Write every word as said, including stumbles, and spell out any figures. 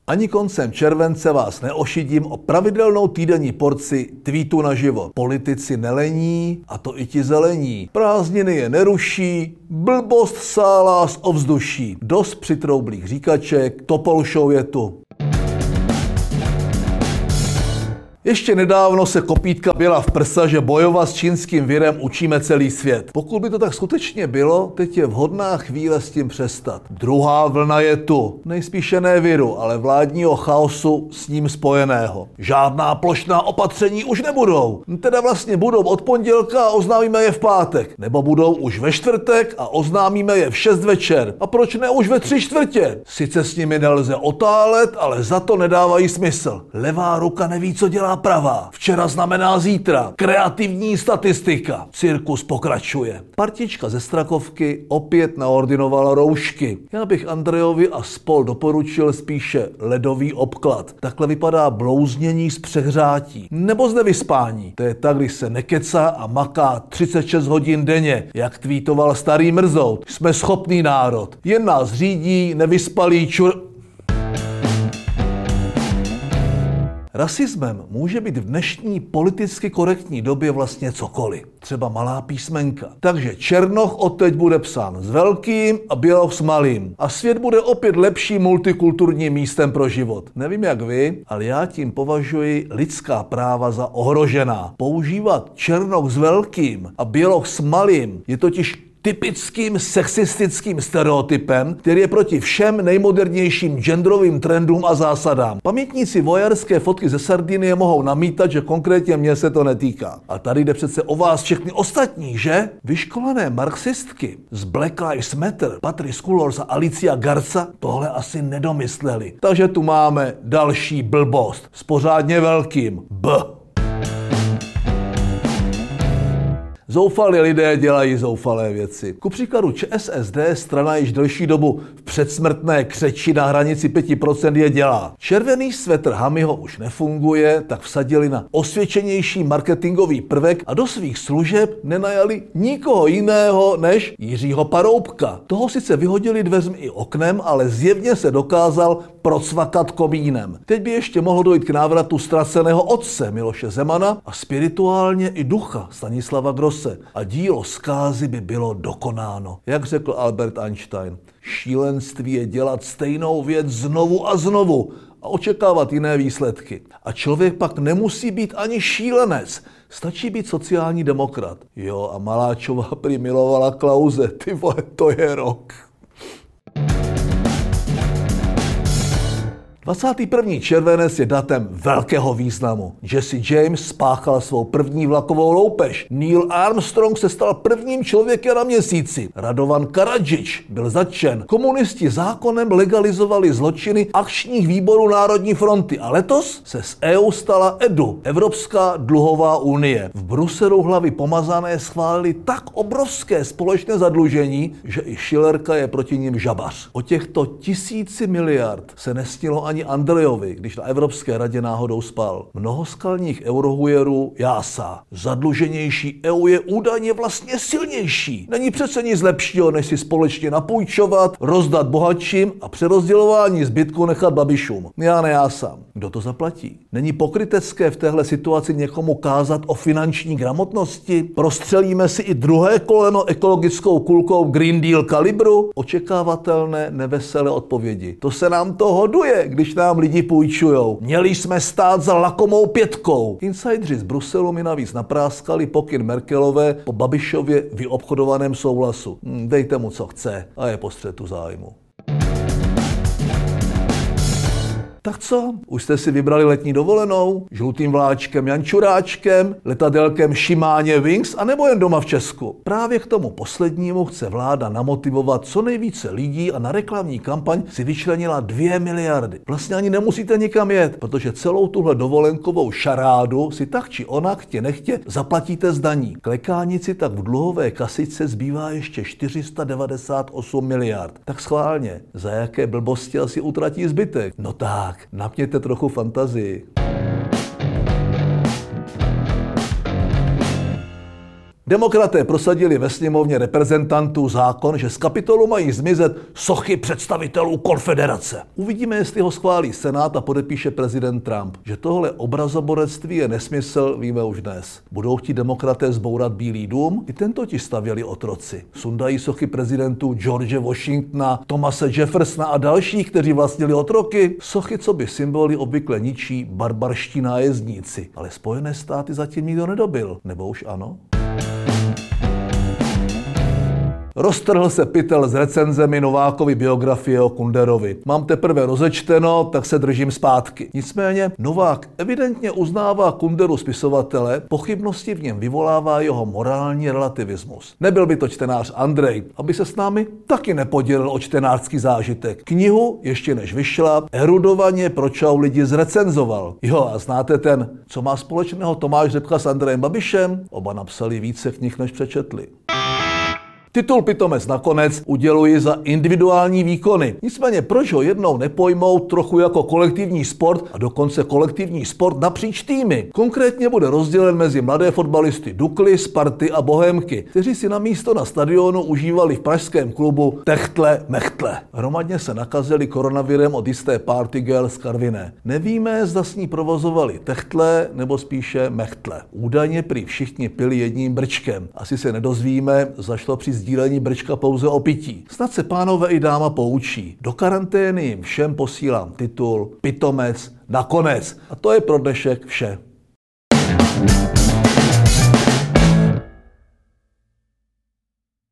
Ani koncem července vás neošidím o pravidelnou týdenní porci tweetu naživo. Politici nelení, a to i ti zelení. Prázdniny je neruší, blbost sálá z ovzduší. Dost přitroublých říkaček, Topol Show je tu. Ještě nedávno se kopítka byla v prsa, že bojovat s čínským virem učíme celý svět. Pokud by to tak skutečně bylo, teď je vhodná chvíle s tím přestat. Druhá vlna je tu. Nejspíše ne viru, ale vládního chaosu s ním spojeného. Žádná plošná opatření už nebudou. Teda vlastně budou od pondělka a oznámíme je v pátek. Nebo budou už ve čtvrtek a oznámíme je v šest večer. A proč ne už ve tři čtvrtě? Sice s nimi nelze otálet, ale za to nedávají smysl. Levá ruka neví, co dělá pravá. Včera znamená zítra. Kreativní statistika. Cirkus pokračuje. Partička ze Strakovky opět naordinovala roušky. Já bych Andrejovi a spol doporučil spíše ledový obklad. Takhle vypadá blouznění z přehřátí. Nebo z nevyspání. To je tak, když se nekecá a maká třicet šest hodin denně, jak tweetoval starý Mrzout. Jsme schopný národ. Jen nás řídí nevyspalý čur... Rasismem může být v dnešní politicky korektní době vlastně cokoliv. Třeba malá písmenka. Takže Černoch odteď bude psán s velkým a Běloch s malým. A svět bude opět lepší multikulturním místem pro život. Nevím jak vy, ale já tím považuji lidská práva za ohrožená. Používat Černoch s velkým a Běloch s malým je totiž typickým sexistickým stereotypem, který je proti všem nejmodernějším genderovým trendům a zásadám. Pamětníci vojarské fotky ze Sardinie mohou namítat, že konkrétně mě se to netýká. A tady jde přece o vás všechny ostatní, že? Vyškolené marxistky z Black Lives Matter, Patrice Cullors a Alicia Garza tohle asi nedomysleli. Takže tu máme další blbost s pořádně velkým B. Zoufalí lidé dělají zoufalé věci. Ku příkladu ČSSD strana již delší dobu v předsmrtné křeči na hranici pět procent je dělá. Červený svetr Hamiho už nefunguje, tak vsadili na osvědčenější marketingový prvek a do svých služeb nenajali nikoho jiného než Jiřího Paroubka. Toho sice vyhodili dveřmi i oknem, ale zjevně se dokázal procvakat komínem. Teď by ještě mohlo dojít k návratu ztraceného otce Miloše Zemana a spirituálně i ducha Stanislava Grosse. A dílo zkázy by bylo dokonáno. Jak řekl Albert Einstein, šílenství je dělat stejnou věc znovu a znovu a očekávat jiné výsledky. A člověk pak nemusí být ani šílenec. Stačí být sociální demokrat. Jo, a Maláčová prý milovala Klause. Ty vole, to je rok. dvacátý první červenec je datem velkého významu. Jesse James spáchal svou první vlakovou loupež. Neil Armstrong se stal prvním člověkem na měsíci. Radovan Karadžič byl zatčen. Komunisti zákonem legalizovali zločiny akčních výborů Národní fronty a letos se z E U stala E D U, Evropská dluhová unie. V Bruselu hlavy pomazané schválili tak obrovské společné zadlužení, že i Schillerka je proti nim žabař. O těchto tisíci miliard se nesnilo ani Andrejovi, když na Evropské radě náhodou spal. Mnoho skalních eurohujerů jásá. Zadluženější E U je údajně vlastně silnější. Není přece nic lepšího, než si společně napůjčovat, rozdat bohatším a přerozdělování zbytku nechat babišům. Já nejásám. Kdo to zaplatí? Není pokrytecké v téhle situaci někomu kázat o finanční gramotnosti? Prostřelíme si i druhé koleno ekologickou kulkou Green Deal kalibru? Očekávatelné neveselé odpovědi. To se nám to hoduje, když nám lidi půjčujou. Měli jsme stát za lakomou pětkou. Insidři z Bruselu mi navíc napráskali pokyn Merkelové po Babišově vyobchodovaném souhlasu. Hm, dejte mu, co chce, a je po střetu zájmu. Tak co? Už jste si vybrali letní dovolenou? Žlutým vláčkem Jančuráčkem, letadelkem Šimáně Wings a nebo jen doma v Česku? Právě k tomu poslednímu chce vláda namotivovat co nejvíce lidí a na reklamní kampaň si vyčlenila dvě miliardy. Vlastně ani nemusíte nikam jet, protože celou tuhle dovolenkovou šarádu si tak či onak chtě nechtě zaplatíte z daní. Klekánici tak v dluhové kasičce zbývá ještě čtyři sta devadesát osm miliard. Tak schválně, za jaké blbosti asi utratí zbytek? No tak, napněte trochu fantazii. Demokraté prosadili ve sněmovně reprezentantů zákon, že z Kapitolu mají zmizet sochy představitelů konfederace. Uvidíme, jestli ho schválí Senát a podepíše prezident Trump. Že tohle obrazoborectví je nesmysl, víme už dnes. Budou chtít demokraté zbourat Bílý dům? I tento ti stavěli otroci. Sundají sochy prezidentů George Washingtona, Thomase Jeffersona a dalších, kteří vlastnili otroky? Sochy, co by symboly obvykle ničí barbarští nájezdníci. Ale Spojené státy zatím nikdo nedobil. Nebo už ano? Roztrhl se pytel s recenzemi Novákovy biografie o Kunderovi. Mám teprve rozečteno, tak se držím zpátky. Nicméně Novák evidentně uznává Kunderu spisovatele, pochybnosti v něm vyvolává jeho morální relativismus. Nebyl by to čtenář Andrej, aby se s námi taky nepodělil o čtenářský zážitek. Knihu, ještě než vyšla, erudovaně pro Čau lidi zrecenzoval. Jo, a znáte ten, co má společného Tomáš Řepka s Andrejem Babišem? Oba napsali více knih, než přečetli. Titul Pitomec nakonec uděluji za individuální výkony. Nicméně proč ho jednou nepojmout trochu jako kolektivní sport a dokonce kolektivní sport napříč týmy? Konkrétně bude rozdělen mezi mladé fotbalisty Dukly, Sparty a Bohemky, kteří si na místo na stadionu užívali v pražském klubu Techtle Mechtle. Hromadně se nakazili koronavirem od jisté party girl z Karviné. Nevíme, zda s ní provozovali Techtle nebo spíše Mechtle. Údajně prý všichni pili jedním brčkem. Asi se nedozvíme, zašlo při sdílení brčka pouze o pití. Snad se pánové i dáma poučí. Do karantény jim všem posílám titul Pitomec nakonec. A to je pro dnešek vše.